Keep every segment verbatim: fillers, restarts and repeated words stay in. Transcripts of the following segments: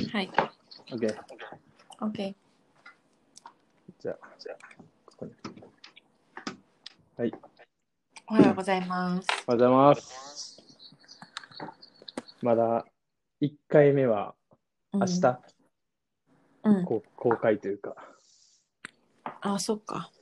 はい。 OK。 OK。 じゃあ、じゃあ、ここに。はい。 おはようございます。 おはようございます。まだいっかいめは明日、 うん。 こう公開というか、 あ、そっか。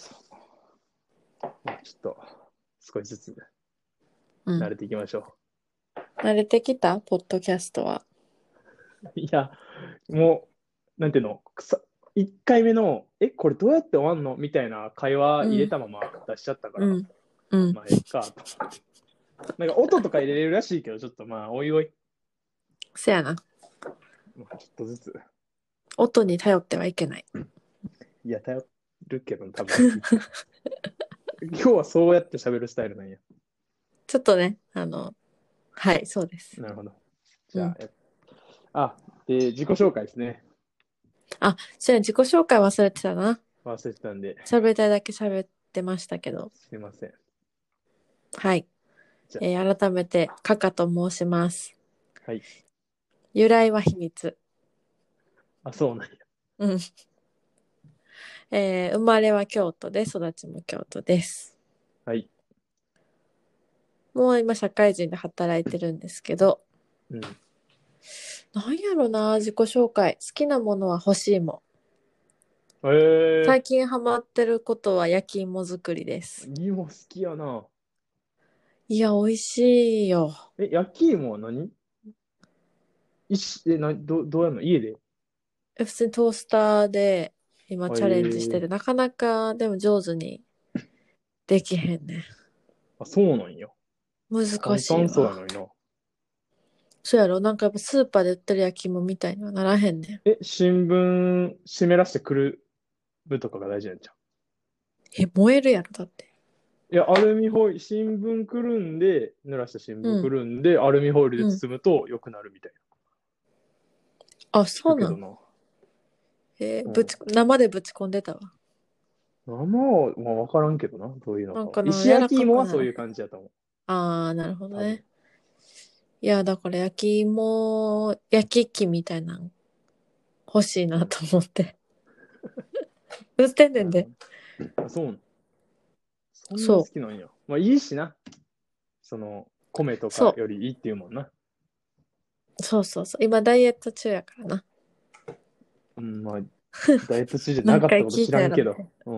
まあちょっと少しずつうん。 慣れていきましょ慣れてきたポッドキャストは。 う。いや、もう、なんていうの、くさいっかいめの、え、これどうやって終わんのみたいな会話入れたまま出しちゃったから、 うん。うん。 まあ、えっかと。なんか音とか入れれるらしいけど、ちょっとまあ、おいおい、 せやな。 まあ、ちょっとずつ。 音に頼ってはいけない。 いや、頼るけど、多分。今日はそうやって喋るスタイルなんや。 ちょっとね、あの、はい、そうです。 なるほど。じゃあ、うん、あ、で、自己紹介ですね。 あ、そうや、自己紹介忘れてたな。 忘れてたんで。 喋りたいだけ喋ってましたけど。 すいません。 はい。えー、改めて、カカと申します。 はい。 由来は秘密。 あ、そうなんや。 うん。えー、生まれは京都で、育ちも京都です。 はい。 もう今社会人で働いてるんですけど、 うん。 なんやろな、自己紹介。好きなものは欲しいもん。 えー、 最近ハマってることは焼き芋作りです。 芋好きやな。 いや、美味しいよ。 え、焼き芋は何いしえなどどうやるの家で？ 普通にトースターで今チャレンジしてて、 えー、 なかなかでも上手にできへんね。 あ、そうなんや。 難簡しい単そうやわ。 のにな。 そうやろ、なんかやっぱスーパーで売ってる焼き芋みたいにはならへんねん。 え、新聞湿らしてくるぶとかが大事なんじゃん。 え、燃えるやろ、だって。 いや、アルミホイル、新聞くるんで、濡らした新聞くうん。 るんで、アルミホイルでうん。 包むと良くなるみたいな。 あ、 聞そうなん。 くけどな。 えーうん。 ぶち、生でぶち込んでたわ。 生は、まあ、わからんけどな、どういうのかは。 なんかな、 石柔ら焼き芋はかくならへん。 そういう感じだと思う。 あー、なるほど多分。 ね。いや、だから焼き芋、焼き器みたいなの欲しいなと思って。売ってんねんで。 あ、そう。そんな好そきなんや。まあいいしな。その、米とう。そかよりいいっていうもんな。 う。そうそうそう。今ダイエット中やからな。 うん、まあ、ダイエット中じゃな何かったこと知回聞いたらんけど。 やろみたいな。 うん。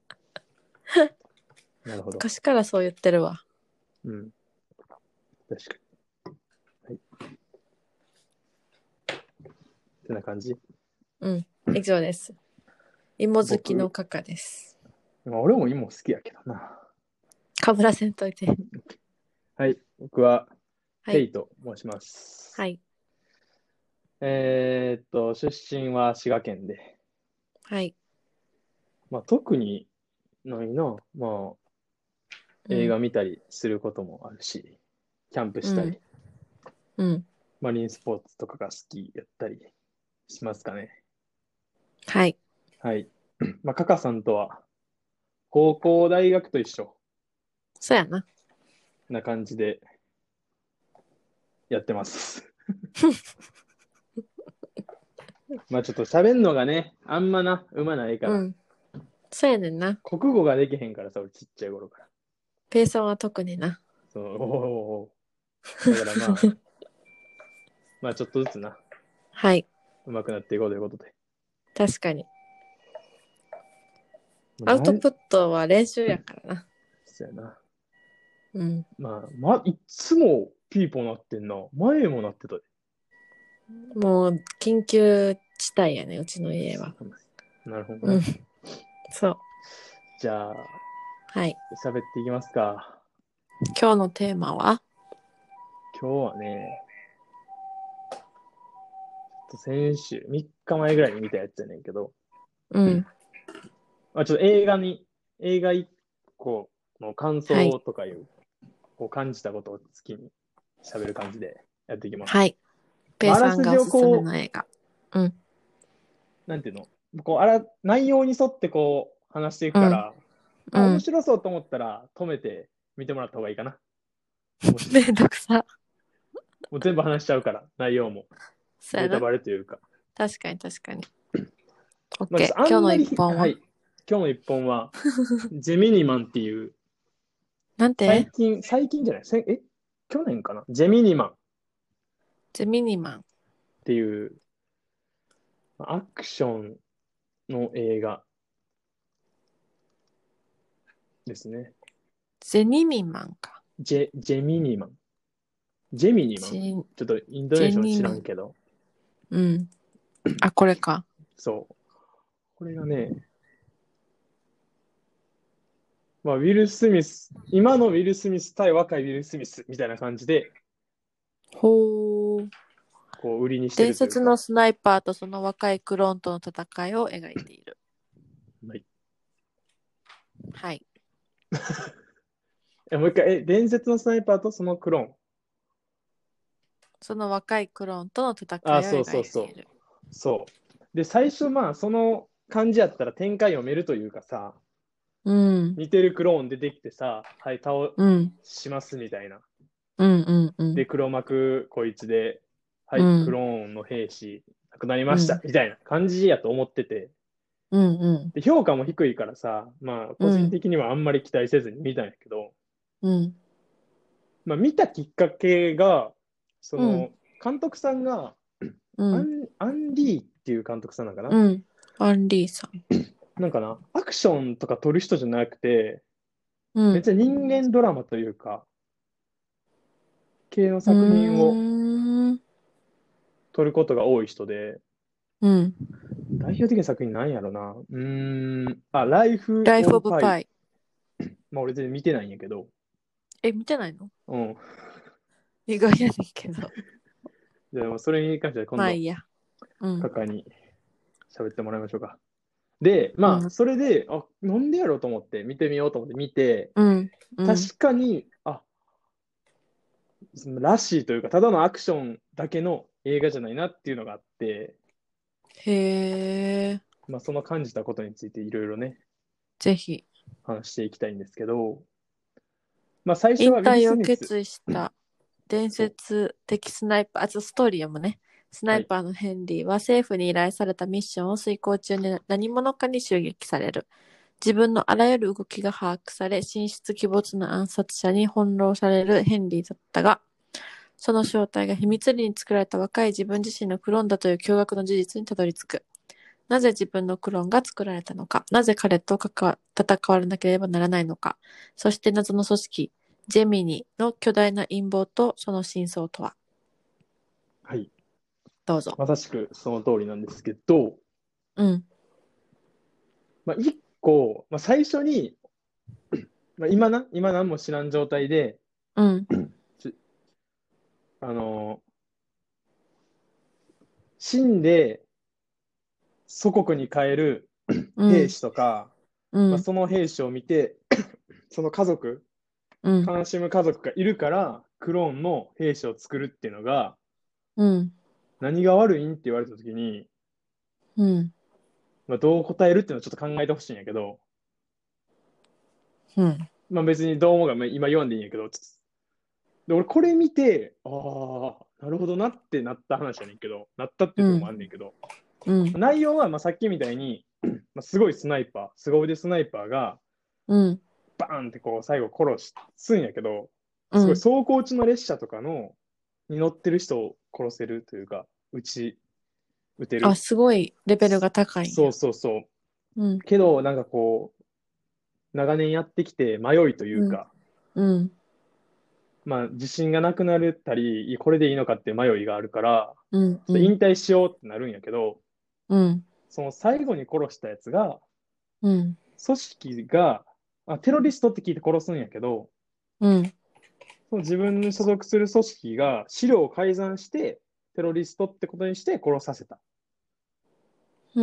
なるほど。 昔からそう言ってるわ。 うん。確かに。はい。ってな感じ。 うん。以上です。芋好きの僕、 カカです。 まあ、俺も芋好きやけどな。 かぶらせんといて。 はい。僕は、 はい。 ケイと申します。 はい。 えーっと、出身は滋賀県で。 はい。 まあ、特にないな。まあ、映うん。 画見たりすることもあるし、キャンプうん。 したり、 うん。 マリンスポーツとかが好きやったりしますかね。 はい。 はい。まあ、カカさんとは、高校、大学と一緒そうやな。 な感じでやってます。まあちょっと喋んのがね、あんまな、うまないから。 うん。そうやねんな。 国語ができへんからさ、俺ちっちゃい頃から。 ペイさんは特にな。 そう、おーだからまあ、まあちょっとずつな、 はい。 うまくなっていこうということで。 確かに。アウトまあなんプットは練習やからな。 そうやな。 うん。 まあ、まあ、いっつもピーポーなってんな。前もなってたで。 もう、緊急地帯やね、うちの家は。 なるほどな。 うん。そう。 じゃあ、 はい。 喋っていきますか。 今日のテーマは今日はね、ちょっと先週、みっかまえぐらいに見たやつやねんけど、 うん。 まあ、ちょっと映画に、映画一個の感はい。 想とかいう、こう感じたことを好きに喋る感じでやっていきます。 はい。ペまあ、 イあらすじをさんがおすすめこの映画。うん。 う、なんていうの、こう、あら、内容に沿ってこう、話していくうん。 から、あ、面うん。 白そうと思ったら止めて見てもらった方がいいかな。もし、 めんどくさ。 もう全部話しちゃうから、内容も。 ネタそうやな。 バレというか。 確かに確かに。 まあ、ちょっ OK。 とあ今日のんまり、 一本ははい。今日の一本は、ジェミニマンっていう、 なんて最近、最近じゃない、せんえ、去年かなジェミニマンっジェミニマン。 ていう、アクションの映画ですね。 ジェニミマンか。 ジェ、ジェミニマン。ジェミニマンジェ、 ちょっとイントジェネーション知らニミ。 んけど。 うん。あ、これか。 そう。これがね、まあ、ウィル・スミス、今のウィル・スミス対若いウィル・スミスみたいな感じで、 ほー。 こう、売りにして伝るというか。 説のスナイパーとその若いクローンとの戦いを描いている。 はい。 はい。 え、もう一回、え、伝説のスナイパーとそのクローン。 その若いクローンとの戦あ、 いをそうそ描うそう。 いている。 そう。で、最初、まあ、その感じやったら展開読めるというかさ、 うん。 似てるクローン出てきてさ、はい、倒うん。 しますみたいな。 うんうんうで、 ん。 黒幕こいつで、はい、クうん。 ローンの兵士亡くなりました、 うん。 みたいな感じやと思ってて、 うんうん。 で、評価も低いからさ、まあ、個人うん。 的にはあんまり期待せずに見たんやけど、 うん。 まあ、見たきっかけが、そうん。 の、監督さんが、 うん。 アン、アンリーっていう監督さんなんかなうん。アンリーさん。 なんかな、アクションとか撮る人じゃなくて、 うん。 めっちゃ人間ドラマというか、系のう作品をーん。 撮ることが多い人で、 うん。 代表的な作品なんやろな。うーん、あ、ライフ・ライフ・オオン・パイ。 ブ・パイ。 まあ俺全然見てないんやけど、 え、見てないの？ うん。 意外やねんけど。 でもそれに関しては今度、 まあいいや。うん。 カカに喋ってもらいましょうか。で、まあ、 うん。 それで、あ、なんでやろうと思って、見てみようと思って見て、 うん。うん。 確かに、あ、らしいというか、ただのアクションだけの映画じゃないなっていうのがあって、 へえ。 まあ、その感じたことについていろいろね、 ぜひ。 話していきたいんですけど、まあ、最初はウィル・引退スミス。 を決意した伝そう。 説的スナイパー、あ、ちょっとストーリー読むね。スナはい。 イパーのヘンリーは政府に依頼されたミッションを遂行中に何者かに襲撃される。自分のあらゆる動きが把握され、神出鬼没な暗殺者に翻弄されるヘンリーだったが、その正体が秘密裏に作られた若い自分自身のクローンだという驚愕の事実にたどり着く。なぜ自分のクローンが作られたのか、なぜ彼と関わ戦わなければならないのか、そして謎の組織、ジェミニの巨大な陰謀とその真相とは。 はい。 どうぞ。 まさしくその通りなんですけど、 うん。 まあ、一個、まあ、最初に、まあ、今な、今何も知らん状態で、 うん。 ちあのー死んで祖国に帰る兵うん。 士とか、まあ、 うん。 その兵士を見て、その家族、 うん。 悲しむ家族がいるから、クローンの兵士を作るっていうのが、 うん。 何が悪いんって言われたときに、 うん。 まあ、どう答えるっていうのをちょっと考えてほしいんやけど、 うん。 まあ、別にどう思うが、まあ今言わんでいいんやけど、ちょっとで俺これ見て、ああ、なるほどなってなった話やねんけど、なったっていうところもあんねんけど、 うん。 内容はまあさっきみたいに、まあ、すごいスナイパー、凄腕スナイパーが、 うん。 バーンってこう最後殺すんやけど、すごいうん。 走行中の列車とかのに乗ってる人を殺せるというか、撃ち、撃てあ、 る。 すごいレベルが高いんそうや。 そうそう。 うん。 けど、なんかこう、長年やってきて迷いといううん。 か、 うん。 まあ自信がなくなったり、いやこれでいいのかっていう迷いがあるから、 うん。 ちょっと引うん。 退しようってなるんやけど、 うん。 その最後に殺したやつが、 うん。 組織が、あ、テロリストって聞いて殺すんやけど、 うん。 その自分の所属する組織が資料を改ざんして、テロリストってことにして殺させた。 うん。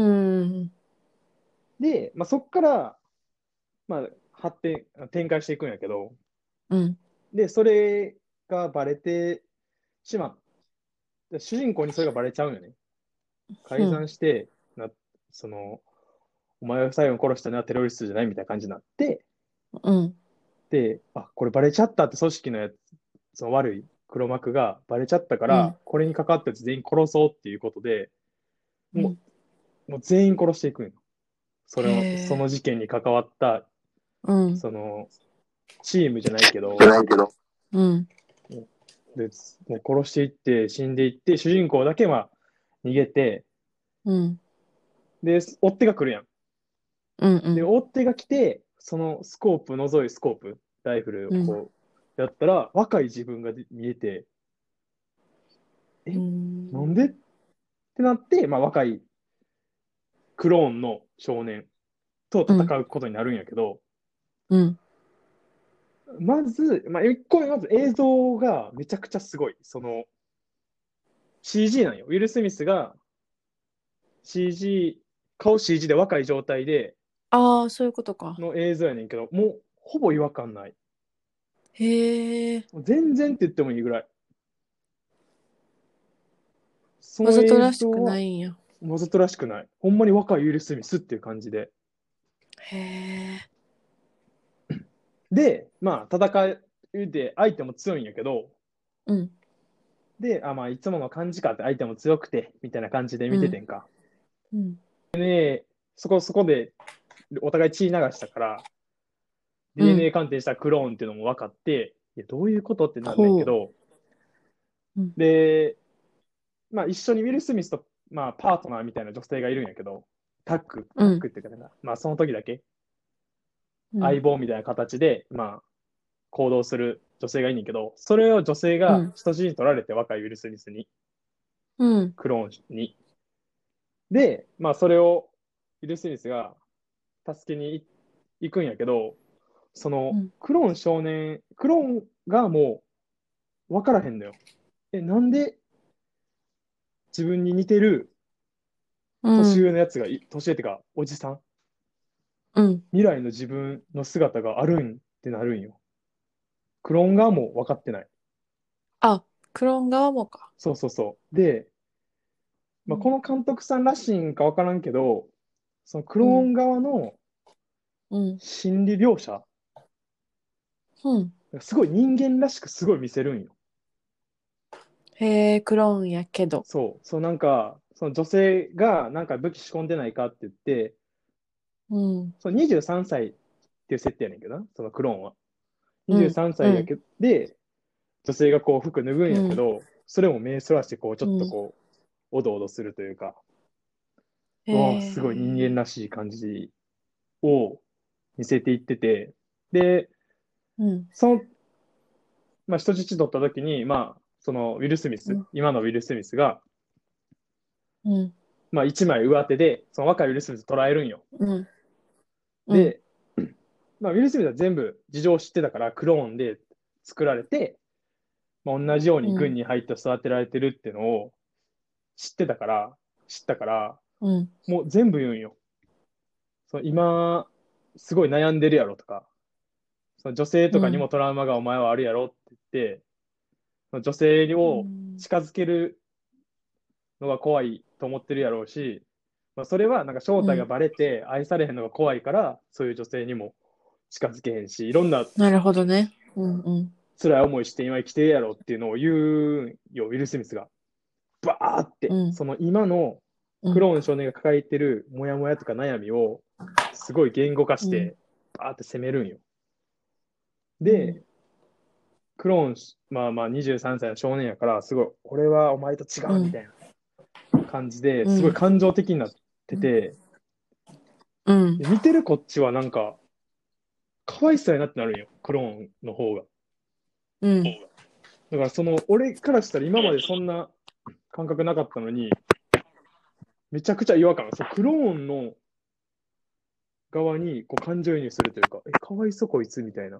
で、まあ、そこから、まあ、発展、展開していくんやけど、 うん。 で、それがバレてしまう。主人公にそれがバレちゃうんよね。改ざうん。 んして、な、その、お前が最後に殺したのはテロリストじゃないみたいな感じになって、 うん。 で、あ、これバレちゃったって組織のやつ、その悪い黒幕がバレちゃったかうん。 ら、これに関わったやつ全員殺そうっていうことで、もうん。 う、もう全員殺していくんよ。それへを、そのえ。 事件に関わった、 うん。 その、チームじゃないけど、 じゃないけど。うん。 で、もう殺していって、死んでいって、主人公だけは逃げて、 うん。 で、追っ手が来るやん。で、 うん。 追っ手が来て、そのスコープ、覗いスコープ、ライフルをうん。 こう、やったら、若い自分が見えて、 うえ、なんでっん。 てなって、まあ、若いクローンの少年とうん。 戦うことになるんやけど、 うん。 まず、まあ、一個目、まず映像がめちゃくちゃすごい。その、シージー なんよ。ウィル・スミスが シージー、顔 シージー で若い状態でああ、そういうことか。 の映像やねんけど、もうほぼ違和感ない。 へえ。 もう全然って言ってもいいぐらい。そわざとの映らしくな像はいんや。 わざとらしくない。ほんまに若いウィル・スミスっていう感じで。 へえ。 で、まあ、戦いで相手も強いんやけど、 うん。 で、あ、まあ、いつもの感じかって相手も強くて、みたいな感じでうん。 見ててんか。 うん。 で、そこそこでお互い血流したから、 うディーエヌエーん。 鑑定したクローンっていうのも分かって、いや、どういうことってなんねんけほど、 う。うん。 で、まあ一緒にウィル・スミスと、まあパートナーみたいな女性がいるんやけど、タッグ、タッうん。 グっていうかなんか、まあその時だけうん。 相棒みたいな形で、まあ行動する女性がいるんやけど、それを女性うん。 が人質に取られて若いウィル・スミスに、 うん。 クローンに。で、まあそれをウィル・スミスが助けに行くんやけど、そのうん。 クローン少年、クローンがもう分からへんのよ。え、なんで自分に似てるう年上ん。 のやつがい、年上ってか、おじさん、 うん。 未来の自分の姿があるんってなるんよ。クローン側も分かってない。 あ、クローン側もか。 そうそうそう。で、まあ、こうん。 の監督さんらしいんか分からんけど、そのクローうん。 ン側のうん。 心理描写、 うん。 すごい人間らしくすごい見せるんよ。 へえ、クローンやけど。 そう、そうなんか、その女性がなんか武器仕込んでないかって言って、 うん。 そのにじゅうさんさいっていう設定やねんけどな、そのクローンは。23 うん。う歳やん。 けで、女性がこう服脱ぐんうん。 やけど、それも目そらしてこうちょっとうん。 こう、おどおどするというか、 へわあ、すごい人間え。 らしい感じを見せていってて、で、 うん。 その、まあ、人質取った時に、まあ、そのウィル・スミス、 うん。 今のウィル・スミスが、 うん。 まあ、一枚上手で、その若いウィル・スミスを捉えるんよ。 うん。うん。 で、まあ、ウィル・スミスは全部事情を知ってたから、クローンで作られて、まあ、同じように軍うん。 に入って育てられてるっていうのを知ってたから、知ったから、 うん。 もう全部言うんよ。その今、すごい悩んでるやろとか、その女性とかにもうん。 トラウマがお前はあるやろって言って、その女性うをん。 近づけるのが怖いと思ってるやろうし、まあ、それはなんか正体がバレて愛されへんのが怖いから、そういう女性にも近づけへんし、いろんななるほどね。うんうん。 辛い思いして今生きてるやろっていうのを言うんよ、ウィル・スミスが。バーって、 うん。 その今のうん。 クローン少年が抱えてるモヤモヤとか悩みをすごい言語化しうん。 て、バーって責めるんよ。 うん。 で、クローン、まあまあにじゅうさんさいの少年やから、すごい、俺はお前と違うん。 うみたいな感じで、すごいうん。 感情的になってて、 うん。 で見てるこっちはなんか、かわいそうやなってなるんよ、クローンの方が。 うん。 だからその、俺からしたら今までそんな感覚なかったのに、めちゃくちゃ違和感。そう、クローンの側にこう感情移入するというか、え、かわいそうこいつみたいな。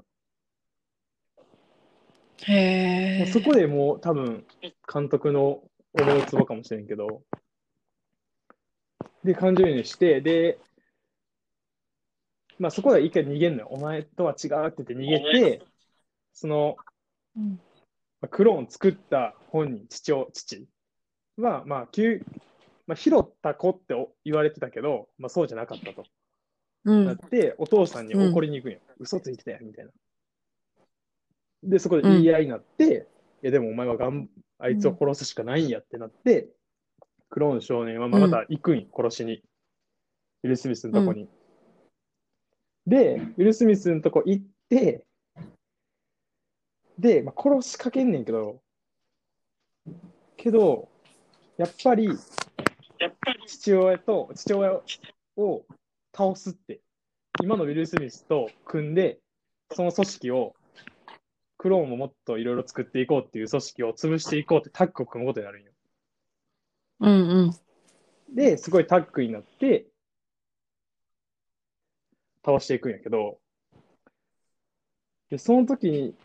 へもうそこえ。 でもう多分、監督の思うツボかもしれんけど、で、感情移入して、で、まあそこで一回逃げんのよ。お前とは違うって言って逃げて、その、 うん。 まあクローン作った本人、父を、父は、まあ、急まあ、拾った子って言われてたけど、まあそうじゃなかったと。 うん。 なって、お父さんにうん。 怒りに行くんよ。嘘ついてたよ、みたいな。で、そこでうん。 言い合いになって、 やでもお前はがんあいつをうん。 殺すしかないんやってなって、クローン少年はまあまたうん。 行くんよ、殺しに。ウィル・スミスのうん。 とこに。で、ウィル・スミスのとこ行って、で、まあ、殺しかけんねんけど、けど、やっぱり父親と、父親を倒すって、今のウィル・スミスと組んで、その組織を、クローンももっといろいろ作っていこうっていう組織を潰していこうってタッグを組むことになるんよ。 うんうん。 で、すごいタッグになって、倒していくんやけど、で、その時に、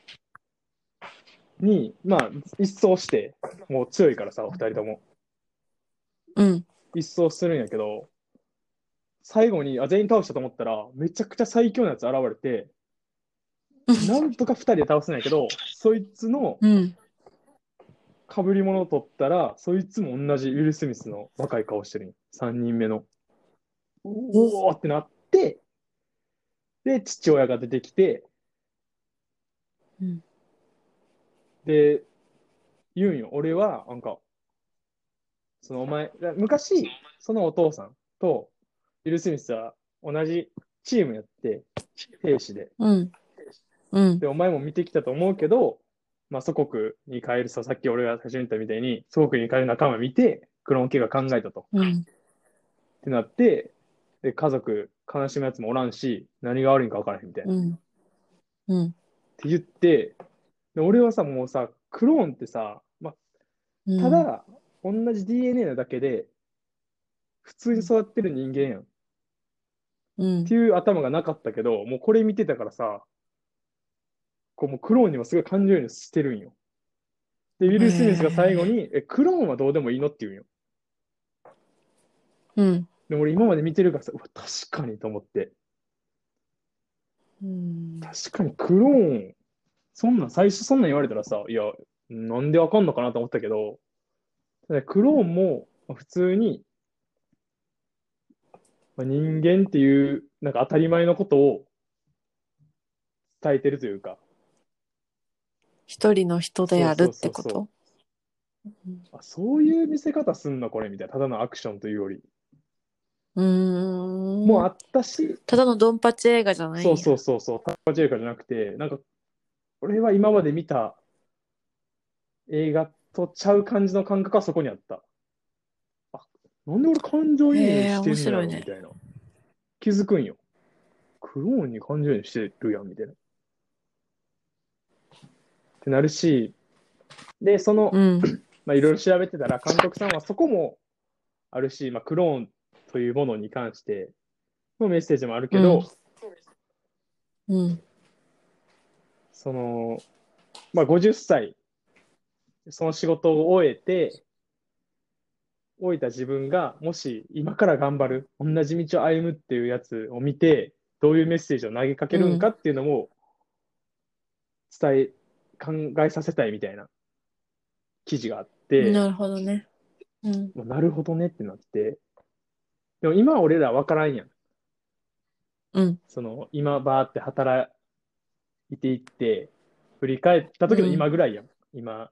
にまあ、一掃して、もう強いからさ、二人とも。 うん。 一掃するんやけど、最後に、あ、全員倒したと思ったら、めちゃくちゃ最強なやつ現れて、なんとか二人で倒せないけど、そいつのうん。 被り物を取ったら、そいつも同じウィル・スミスの若い顔してるんよ。三人目の。おーってなって、で、父親が出てきて、 うん。 で、言うんよ。俺は、なんか、そのお前、昔、そのお父さんとウィル・スミスは同じチームやって、兵士で。 うん。うん。 で、お前も見てきたと思うけど、まあ、祖国に帰るさ、さっき俺が最初に言ったみたいに、祖国に帰る仲間見て、クローン家が考えたと。 うん。 ってなって、で、家族、悲しむやつもおらんし、何が悪いんか分からへんみたいな。っうん。うん。 て言って、で俺はさ、もうさ、クローンってさ、まあ、 うん。 ただ、同じ ディーエヌエー なだけで、普通に育ってる人間やん。っうん。 ていう頭がなかったけど、もうこれ見てたからさ、こうもうクローンにもすごい感情移入してるんよ。で、ウィル・スミスが最後ええ。 に、え、クローンはどうでもいいのって言うんよ。 うん。 で、俺今まで見てるからさ、うわ、確かにと思って。 うん。 確かにクローン、そんなん最初そんなん言われたらさ、いや、なんでわかんのかなと思ったけど、クローンも普通に人間っていうなんか当たり前のことを伝えてるというか、 一人の人であるっそうそうそうそてこと？ う。あ、そういう見せ方すんのこれみたいな。ただのアクションというより。 うーん。 もうあったし、 ただのドンパチ映画じゃないそうそうんや。 そうそう、タッパジェイカじゃなくて、なんか、俺は今まで見た映画とちゃう感じの感覚はそこにあった。あ、なんで俺感情移入へえ、面してんのや白いね。 ろみたいな。気づくんよ。クローンに感情移入してるやんみたいな。ってなるし、で、その、 うん。 まあ、いろいろ調べてたら、監督さんはそこもあるし、まあ、クローンというものに関してのメッセージもあるけど、 うん。うん。 その、まあ、ごじゅっさい、その仕事を終えて、終えた自分が、もし今から頑張る、同じ道を歩むっていうやつを見て、どういうメッセージを投げかけうん。 るんかっていうのも伝え、考えさせたいみたいな記事があって、 なるほどね。うん。 まあなるほどねってなって、でも今は俺ら分からんやん。 うん。 その、今バーって働いていって、振り返った時のうん。 今ぐらいやん。今、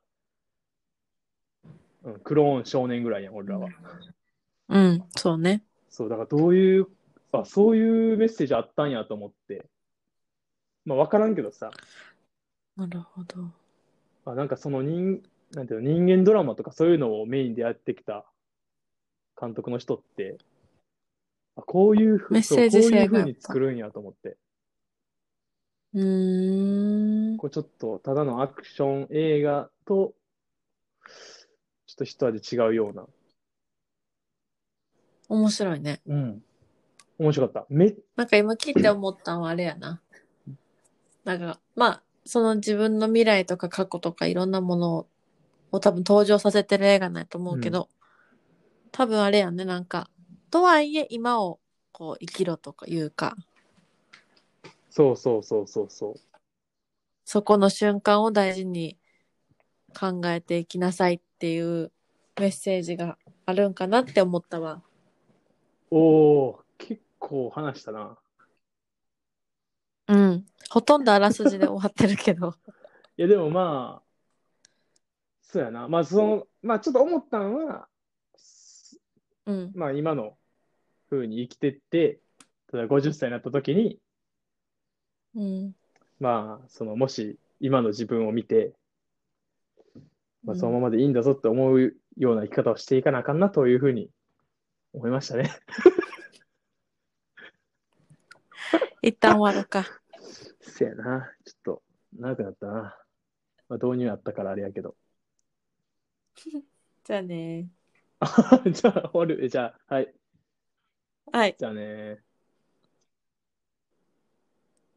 うん、クローン少年ぐらいやん、俺らは。 うん。そうね。 そう、だからどういう、あ、そういうメッセージあったんやと思って。まあ分からんけどさ、 なるほど。 あ、なんかその人、なんていうの、人間ドラマとかそういうのをメインでやってきた監督の人って、あ、こういうふ、そう、 メッセージこういう性がやっぱ。 風に作るんやと思って。 うーん。 こうちょっとただのアクション映画と、ちょっと一味違うような。 面白いね。 うん。面白かった。め、 なんか今聞いて思ったのはあれやな。なんか、まあ、その自分の未来とか過去とかいろんなものを多分登場させてる映画なんやと思うん。 うけど、多分あれやんね、なんか、とはいえ今をこう生きろとかいうか、 そうそうそうそうそそこの瞬間を大事に考えていきなさいっていうメッセージがあるんかなって思ったわ。 う。おー、結構話したな。 うん。ほとんどあらすじで終わってるけど。 いや、でもまあ、 そうやな。まあ、その、まあ、ちょっと思ったのは、 うん。 まあ、今の風に生きてって、ただごじゅっさいになった時に、 うん。 まあ、その、もし今の自分を見て、まあ、そのうん。 ままでいいんだぞって思うような生き方をしていかなあかんなというふうに思いましたね。 一旦終わろうか。 せやな。ちょっと、長くなったな。まあ、導入あったからあれやけど。 じゃあね。 じゃあ、終わる。えじゃあ、はい。 はい。 じゃあね。